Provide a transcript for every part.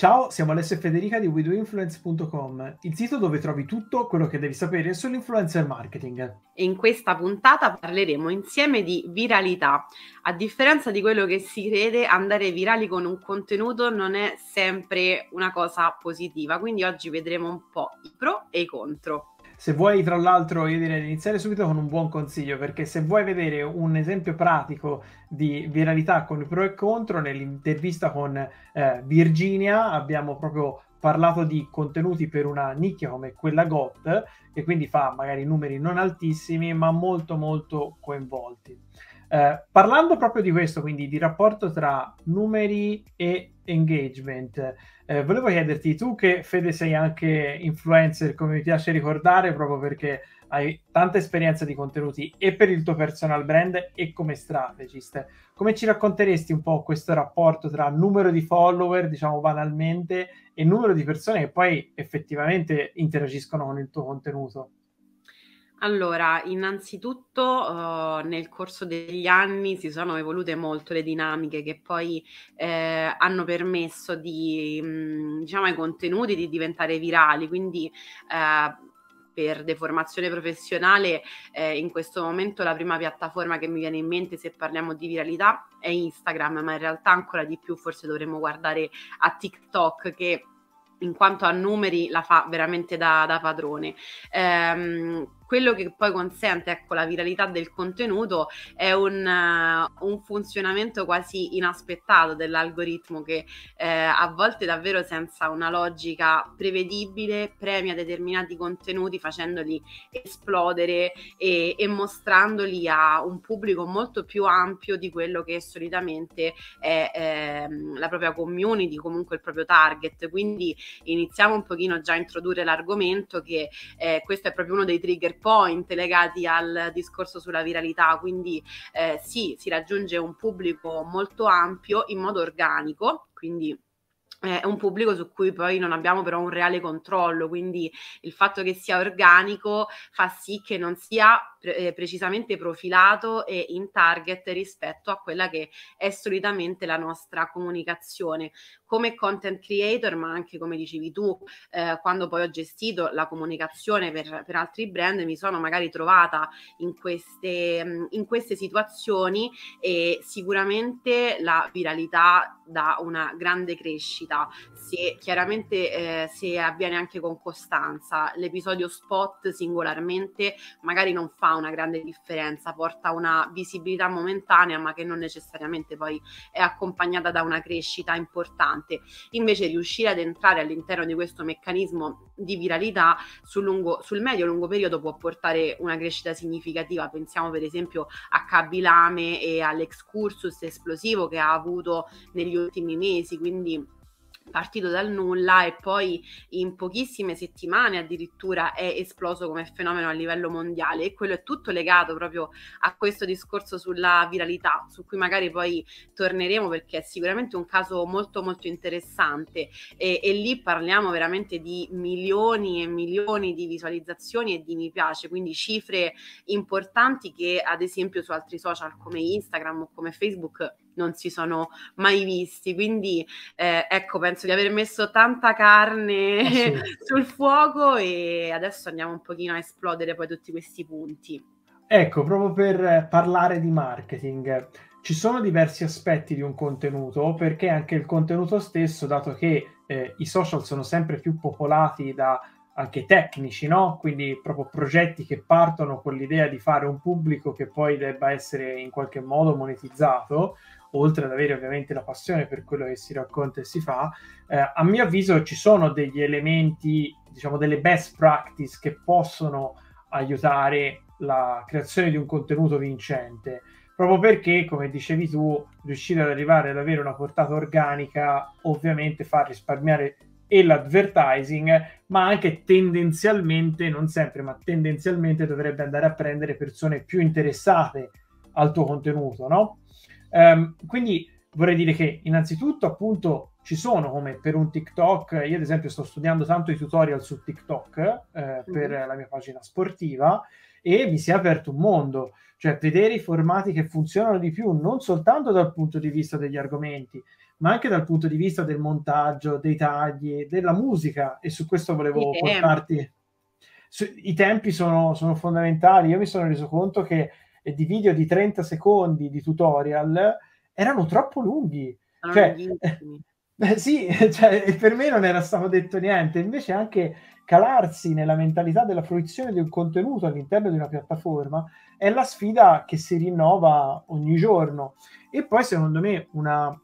Ciao, siamo Alessio e Federica di WeDoInfluence.com, il sito dove trovi tutto quello che devi sapere sull'influencer marketing. E in questa puntata parleremo insieme di viralità. A differenza di quello che si crede, andare virali con un contenuto non è sempre una cosa positiva, quindi oggi vedremo un po' i pro e i contro. Se vuoi, tra l'altro, io direi di iniziare subito con un buon consiglio, perché se vuoi vedere un esempio pratico di viralità con i pro e contro, nell'intervista con Virginia abbiamo proprio parlato di contenuti per una nicchia come quella GOT, che quindi fa magari numeri non altissimi, ma molto molto coinvolti. Parlando proprio di questo, quindi di rapporto tra numeri e engagement, volevo chiederti, tu che Fede sei anche influencer, come mi piace ricordare, proprio perché hai tanta esperienza di contenuti e per il tuo personal brand e come strategist, come ci racconteresti un po' questo rapporto tra numero di follower, diciamo banalmente, e numero di persone che poi effettivamente interagiscono con il tuo contenuto? Allora, innanzitutto, nel corso degli anni si sono evolute molto le dinamiche che poi hanno permesso diciamo ai contenuti di diventare virali, quindi per deformazione professionale in questo momento la prima piattaforma che mi viene in mente se parliamo di viralità è Instagram, ma in realtà ancora di più forse dovremmo guardare a TikTok che in quanto a numeri la fa veramente da padrone. Quello che poi consente, ecco, la viralità del contenuto è un funzionamento quasi inaspettato dell'algoritmo che a volte davvero senza una logica prevedibile premia determinati contenuti facendoli esplodere e mostrandoli a un pubblico molto più ampio di quello che solitamente è la propria community, comunque il proprio target. Quindi iniziamo un pochino già a introdurre l'argomento che questo è proprio uno dei trigger point legati al discorso sulla viralità, quindi sì, si raggiunge un pubblico molto ampio in modo organico, quindi è un pubblico su cui poi non abbiamo però un reale controllo, quindi il fatto che sia organico fa sì che non sia precisamente profilato e in target rispetto a quella che è solitamente la nostra comunicazione come content creator, ma anche come dicevi tu, quando poi ho gestito la comunicazione per altri brand, mi sono magari trovata in queste situazioni e sicuramente la viralità dà una grande crescita se chiaramente se avviene anche con costanza. L'episodio spot singolarmente magari non fa una grande differenza, porta una visibilità momentanea ma che non necessariamente poi è accompagnata da una crescita importante. Invece riuscire ad entrare all'interno di questo meccanismo di viralità sul medio-lungo periodo può portare una crescita significativa. Pensiamo per esempio a Kabilame e all'excursus esplosivo che ha avuto negli ultimi mesi, quindi partito dal nulla e poi in pochissime settimane addirittura è esploso come fenomeno a livello mondiale, e quello è tutto legato proprio a questo discorso sulla viralità, su cui magari poi torneremo perché è sicuramente un caso molto molto interessante e lì parliamo veramente di milioni e milioni di visualizzazioni e di mi piace, quindi cifre importanti che ad esempio su altri social come Instagram o come Facebook non si sono mai visti. Quindi ecco, penso di aver messo tanta carne sul fuoco e adesso andiamo un pochino a esplodere poi tutti questi punti. Ecco, proprio per parlare di marketing, ci sono diversi aspetti di un contenuto, perché anche il contenuto stesso, dato che i social sono sempre più popolati da anche tecnici, no? Quindi proprio progetti che partono con l'idea di fare un pubblico che poi debba essere in qualche modo monetizzato, oltre ad avere ovviamente la passione per quello che si racconta e si fa, a mio avviso ci sono degli elementi, diciamo delle best practice che possono aiutare la creazione di un contenuto vincente, proprio perché, come dicevi tu, riuscire ad arrivare ad avere una portata organica ovviamente fa risparmiare e l'advertising, ma anche tendenzialmente, non sempre, ma tendenzialmente dovrebbe andare a prendere persone più interessate al tuo contenuto, no? Quindi vorrei dire che innanzitutto appunto ci sono, come per un TikTok, io ad esempio sto studiando tanto i tutorial su TikTok per la mia pagina sportiva, e mi si è aperto un mondo, cioè vedere i formati che funzionano di più non soltanto dal punto di vista degli argomenti, ma anche dal punto di vista del montaggio, dei tagli, della musica, e su questo volevo portarti... I tempi sono fondamentali. Io mi sono reso conto che di video di 30 secondi di tutorial erano troppo lunghi. Sono Cioè, lunghissimi. sì, cioè, per me non era stato detto niente. Invece anche calarsi nella mentalità della fruizione di un contenuto all'interno di una piattaforma è la sfida che si rinnova ogni giorno. E poi, secondo me, una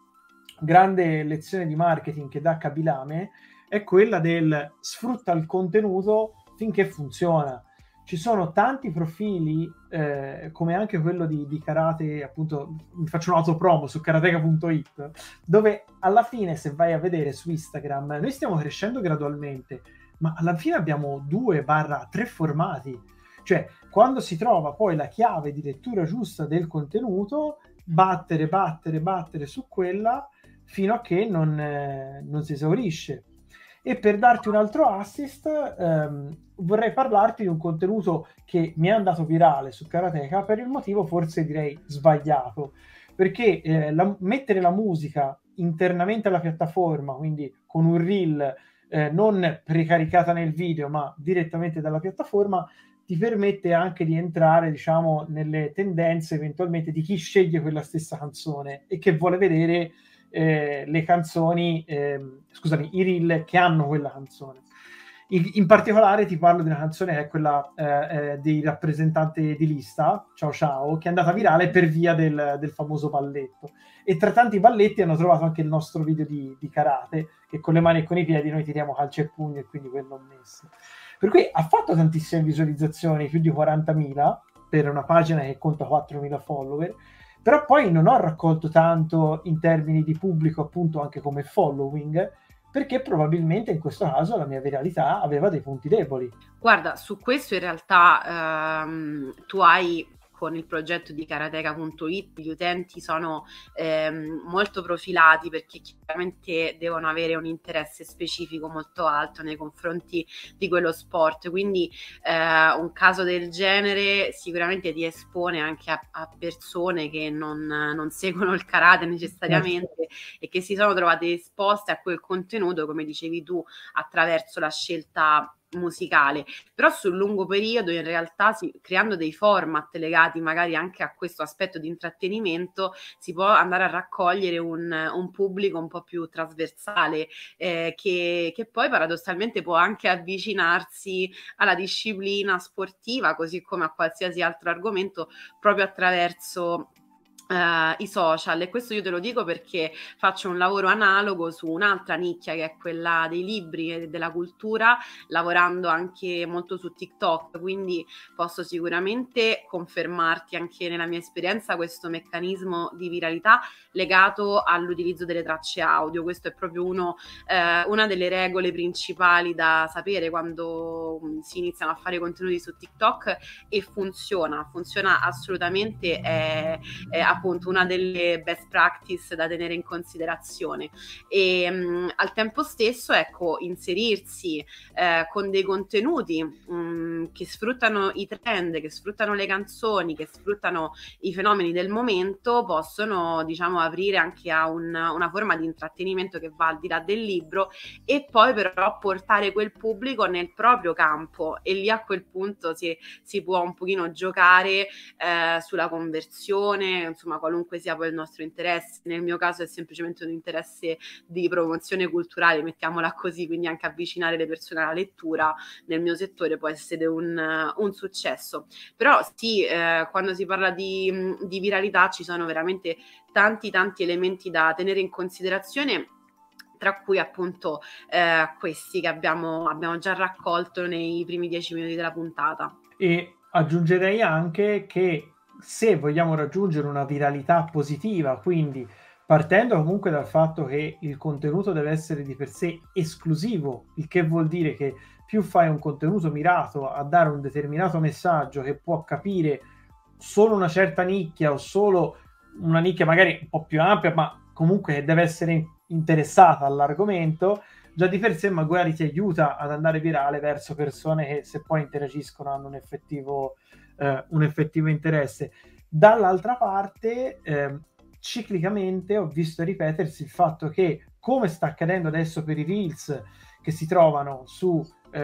grande lezione di marketing che dà Kabilame è quella del sfrutta il contenuto finché funziona. Ci sono tanti profili, come anche quello di karate, appunto, mi faccio un autopromo su karateka.it, dove alla fine, se vai a vedere su Instagram, noi stiamo crescendo gradualmente, ma alla fine abbiamo 2-3 formati. Cioè, quando si trova poi la chiave di lettura giusta del contenuto, battere su quella fino a che non si esaurisce. E per darti un altro assist, vorrei parlarti di un contenuto che mi è andato virale su Karateka per il motivo forse direi sbagliato, perché mettere la musica internamente alla piattaforma, quindi con un reel non precaricata nel video ma direttamente dalla piattaforma, ti permette anche di entrare, diciamo, nelle tendenze eventualmente di chi sceglie quella stessa canzone e che vuole vedere le canzoni, scusami, i reel che hanno quella canzone. In particolare ti parlo di una canzone che è quella dei rappresentanti di lista, Ciao Ciao, che è andata virale per via del famoso balletto. E tra tanti balletti hanno trovato anche il nostro video di karate, che con le mani e con i piedi noi tiriamo calcio e pugno, e quindi quello ho messo. Per cui ha fatto tantissime visualizzazioni, più di 40.000, per una pagina che conta 4.000 follower, però poi non ho raccolto tanto in termini di pubblico, appunto, anche come following, perché probabilmente in questo caso la mia viralità aveva dei punti deboli. Guarda, su questo in realtà tu hai, con il progetto di karateka.it, gli utenti sono molto profilati, perché chiaramente devono avere un interesse specifico molto alto nei confronti di quello sport, quindi un caso del genere sicuramente ti espone anche a persone che non seguono il karate necessariamente e che si sono trovate esposte a quel contenuto, come dicevi tu, attraverso la scelta musicale. Però sul lungo periodo in realtà creando dei format legati magari anche a questo aspetto di intrattenimento si può andare a raccogliere un pubblico un po' più trasversale, che poi paradossalmente può anche avvicinarsi alla disciplina sportiva, così come a qualsiasi altro argomento, proprio attraverso i social. E questo io te lo dico perché faccio un lavoro analogo su un'altra nicchia, che è quella dei libri e della cultura, lavorando anche molto su TikTok, quindi posso sicuramente confermarti anche nella mia esperienza questo meccanismo di viralità legato all'utilizzo delle tracce audio. Questo è proprio una delle regole principali da sapere quando si iniziano a fare contenuti su TikTok, e funziona assolutamente, è appunto una delle best practice da tenere in considerazione. E al tempo stesso, ecco, inserirsi con dei contenuti che sfruttano i trend, che sfruttano le canzoni, che sfruttano i fenomeni del momento, possono, diciamo, aprire anche a una forma di intrattenimento che va al di là del libro, e poi però portare quel pubblico nel proprio campo, e lì a quel punto si può un pochino giocare sulla conversione, insomma, qualunque sia poi il nostro interesse. Nel mio caso è semplicemente un interesse di promozione culturale, mettiamola così, quindi anche avvicinare le persone alla lettura nel mio settore può essere un successo. Però sì, quando si parla di viralità ci sono veramente tanti elementi da tenere in considerazione, tra cui appunto questi che abbiamo già raccolto nei primi 10 minuti della puntata. E aggiungerei anche che se vogliamo raggiungere una viralità positiva, quindi partendo comunque dal fatto che il contenuto deve essere di per sé esclusivo, il che vuol dire che più fai un contenuto mirato a dare un determinato messaggio che può capire solo una certa nicchia, o solo una nicchia magari un po' più ampia, ma comunque deve essere interessata all'argomento, già di per sé magari ti aiuta ad andare virale verso persone che, se poi interagiscono, hanno un effettivo interesse. Dall'altra parte ciclicamente ho visto ripetersi il fatto che, come sta accadendo adesso per i Reels che si trovano su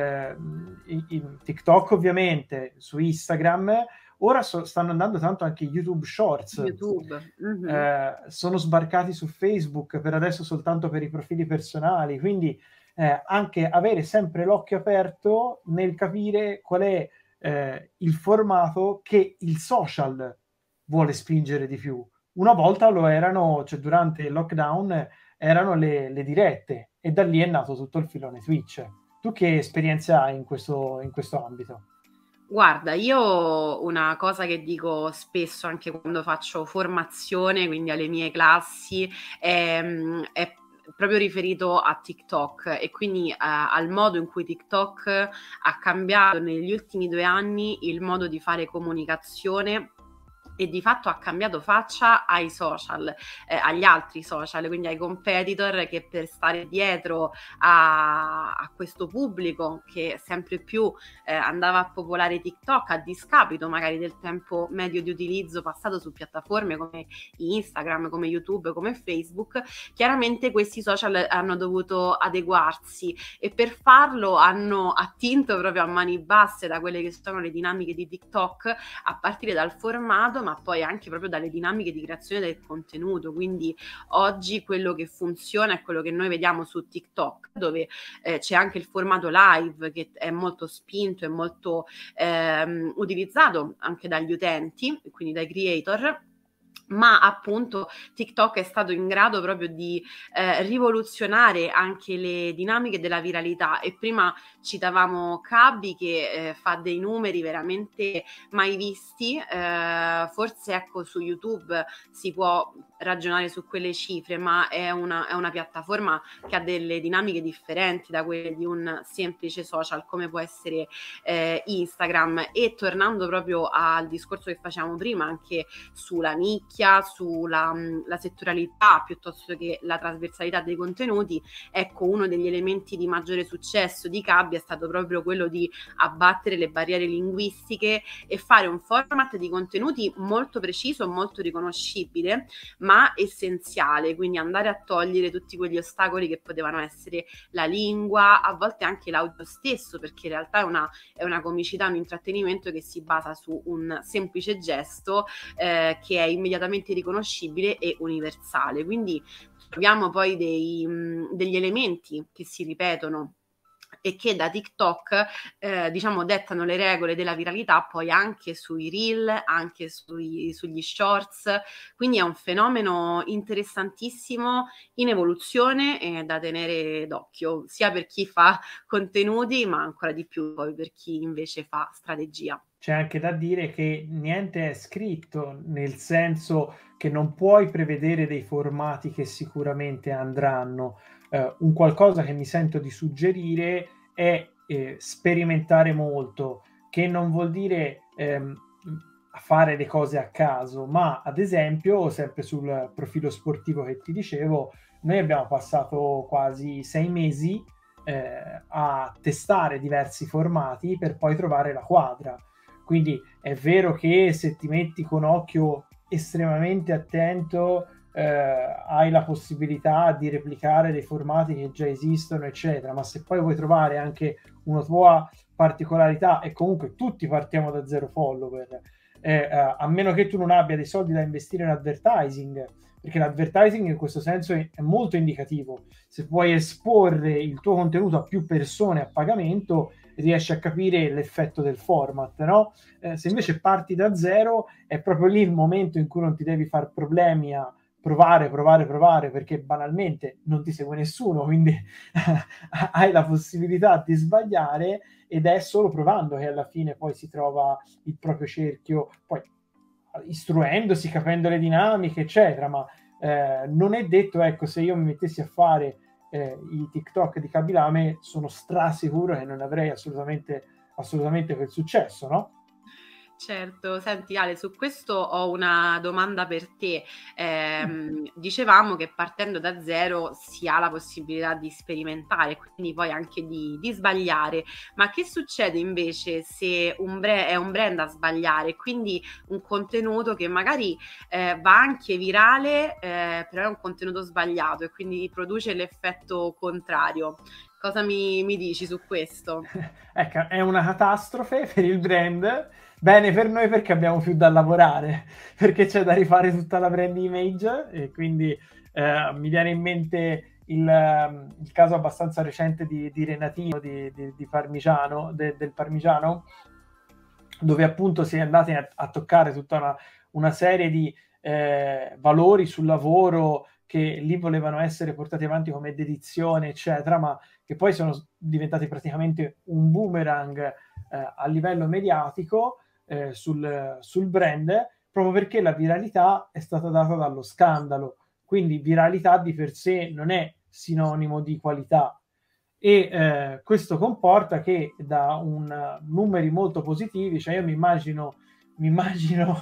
in TikTok ovviamente, su Instagram, ora stanno andando tanto anche YouTube Shorts, YouTube. Mhm. sono sbarcati su Facebook, per adesso soltanto per i profili personali, quindi anche avere sempre l'occhio aperto nel capire qual è il formato che il social vuole spingere di più. Una volta lo erano, cioè durante il lockdown erano le dirette, e da lì è nato tutto il filone Twitch. Tu che esperienze hai in questo ambito? Guarda, io una cosa che dico spesso anche quando faccio formazione, quindi alle mie classi, è proprio riferito a TikTok e quindi al modo in cui TikTok ha cambiato negli ultimi 2 anni il modo di fare comunicazione e di fatto ha cambiato faccia ai social, agli altri social, quindi ai competitor che per stare dietro a questo pubblico che sempre più andava a popolare TikTok a discapito magari del tempo medio di utilizzo passato su piattaforme come Instagram, come YouTube, come Facebook, chiaramente questi social hanno dovuto adeguarsi e per farlo hanno attinto proprio a mani basse da quelle che sono le dinamiche di TikTok, a partire dal formato ma poi anche proprio dalle dinamiche di creazione del contenuto. Quindi oggi quello che funziona è quello che noi vediamo su TikTok, dove c'è anche il formato live che è molto spinto e molto utilizzato anche dagli utenti, quindi dai creator. Ma appunto TikTok è stato in grado proprio di rivoluzionare anche le dinamiche della viralità, e prima citavamo Cabbi che fa dei numeri veramente mai visti, forse ecco su YouTube si può ragionare su quelle cifre, ma è una piattaforma che ha delle dinamiche differenti da quelle di un semplice social come può essere Instagram. E tornando proprio al discorso che facevamo prima anche sulla nicchia, sulla la settorialità piuttosto che la trasversalità dei contenuti, ecco, uno degli elementi di maggiore successo di Cabbi è stato proprio quello di abbattere le barriere linguistiche e fare un format di contenuti molto preciso, molto riconoscibile, ma essenziale, quindi andare a togliere tutti quegli ostacoli che potevano essere la lingua, a volte anche l'audio stesso, perché in realtà è una comicità, un intrattenimento che si basa su un semplice gesto che è immediatamente riconoscibile e universale. Quindi troviamo poi degli elementi che si ripetono e che da TikTok diciamo dettano le regole della viralità poi anche sui reel, anche sugli shorts, quindi è un fenomeno interessantissimo in evoluzione e da tenere d'occhio sia per chi fa contenuti ma ancora di più poi per chi invece fa strategia. C'è anche da dire che niente è scritto, nel senso che non puoi prevedere dei formati che sicuramente andranno. Un qualcosa che mi sento di suggerire è sperimentare molto, che non vuol dire fare le cose a caso, ma ad esempio, sempre sul profilo sportivo che ti dicevo, noi abbiamo passato quasi 6 mesi a testare diversi formati per poi trovare la quadra. Quindi è vero che se ti metti con occhio estremamente attento hai la possibilità di replicare dei formati che già esistono, eccetera, ma se poi vuoi trovare anche una tua particolarità, e comunque tutti partiamo da zero follower, a meno che tu non abbia dei soldi da investire in advertising, perché l'advertising in questo senso è molto indicativo. Se puoi esporre il tuo contenuto a più persone a pagamento, riesci a capire l'effetto del format, no? Se invece parti da zero, è proprio lì il momento in cui non ti devi far problemi a provare, perché banalmente non ti segue nessuno, quindi hai la possibilità di sbagliare, ed è solo provando che alla fine poi si trova il proprio cerchio, poi istruendosi, capendo le dinamiche, eccetera, ma non è detto, ecco, se io mi mettessi a fare i TikTok di Kabilame, sono strasicuro che non avrei assolutamente quel successo, no? Certo, senti Ale, su questo ho una domanda per te. Dicevamo che partendo da zero si ha la possibilità di sperimentare, quindi poi anche di sbagliare, ma che succede invece se è un brand a sbagliare, quindi un contenuto che magari va anche virale, però è un contenuto sbagliato e quindi produce l'effetto contrario? Cosa mi dici su questo? Ecco, è una catastrofe per il brand, bene per noi perché abbiamo più da lavorare, perché c'è da rifare tutta la brand image e quindi mi viene in mente il caso abbastanza recente di Renatino, di Parmigiano, del Parmigiano, dove appunto si è andati a toccare tutta una serie di valori sul lavoro che lì volevano essere portati avanti come dedizione, eccetera, ma che poi sono diventati praticamente un boomerang a livello mediatico sul brand, proprio perché la viralità è stata data dallo scandalo. Quindi viralità di per sé non è sinonimo di qualità e questo comporta che da numeri molto positivi, cioè io mi immagino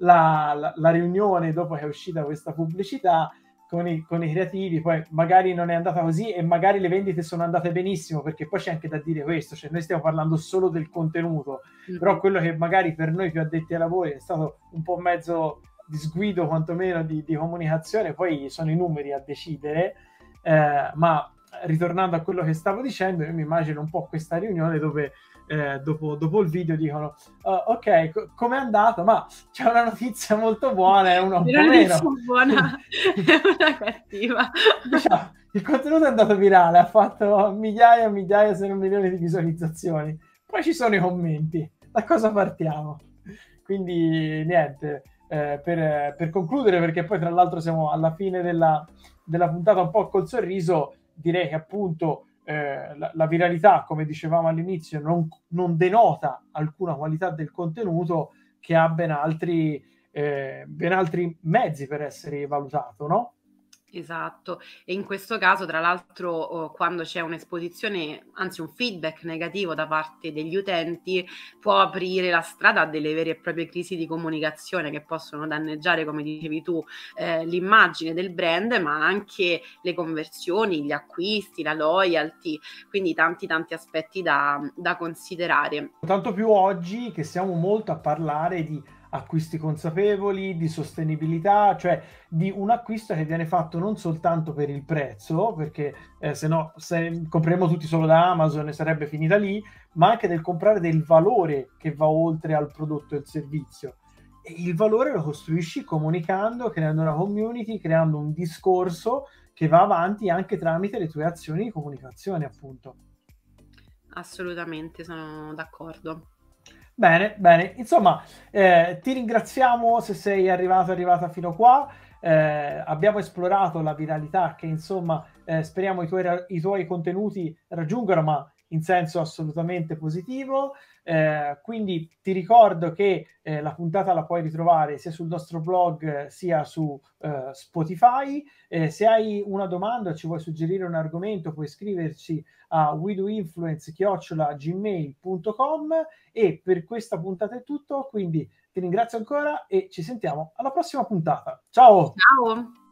la riunione dopo che è uscita questa pubblicità con i creativi, poi magari non è andata così e magari le vendite sono andate benissimo, perché poi c'è anche da dire questo, cioè noi stiamo parlando solo del contenuto, però quello che magari per noi più addetti ai lavori è stato un po' mezzo di sguido, quantomeno di comunicazione, poi sono i numeri a decidere, ma ritornando a quello che stavo dicendo, io mi immagino un po' questa riunione dove dopo il video dicono ok, com'è andato? Ma c'è una notizia molto buona e una un po' Una notizia meno. buona e una cattiva. Diciamo, il contenuto è andato virale, ha fatto migliaia e migliaia, se non milioni di visualizzazioni. Poi ci sono i commenti. Da cosa partiamo? Quindi niente, per concludere, perché poi tra l'altro siamo alla fine della puntata un po' col sorriso, direi che appunto la viralità, come dicevamo all'inizio, non denota alcuna qualità del contenuto, che ha ben altri mezzi per essere valutato, no? Esatto, e in questo caso tra l'altro quando c'è un'esposizione, anzi un feedback negativo da parte degli utenti, può aprire la strada a delle vere e proprie crisi di comunicazione che possono danneggiare, come dicevi tu, l'immagine del brand, ma anche le conversioni, gli acquisti, la loyalty, quindi tanti aspetti da considerare. Tanto più oggi che siamo molto a parlare di acquisti consapevoli, di sostenibilità, cioè di un acquisto che viene fatto non soltanto per il prezzo, perché se compriamo tutti solo da Amazon sarebbe finita lì, ma anche del comprare del valore che va oltre al prodotto e il servizio. E il valore lo costruisci comunicando, creando una community, creando un discorso che va avanti anche tramite le tue azioni di comunicazione, appunto. Assolutamente, sono d'accordo. Bene, bene. Insomma, ti ringraziamo se sei arrivata fino qua. Abbiamo esplorato la viralità che, insomma, speriamo i tuoi contenuti raggiungano, ma in senso assolutamente positivo. Quindi ti ricordo che la puntata la puoi ritrovare sia sul nostro blog sia su Spotify. Se hai una domanda o ci vuoi suggerire un argomento, puoi scriverci a widoinfluence@gmail.com. E per questa puntata è tutto, quindi ti ringrazio ancora e ci sentiamo alla prossima puntata. Ciao! Ciao!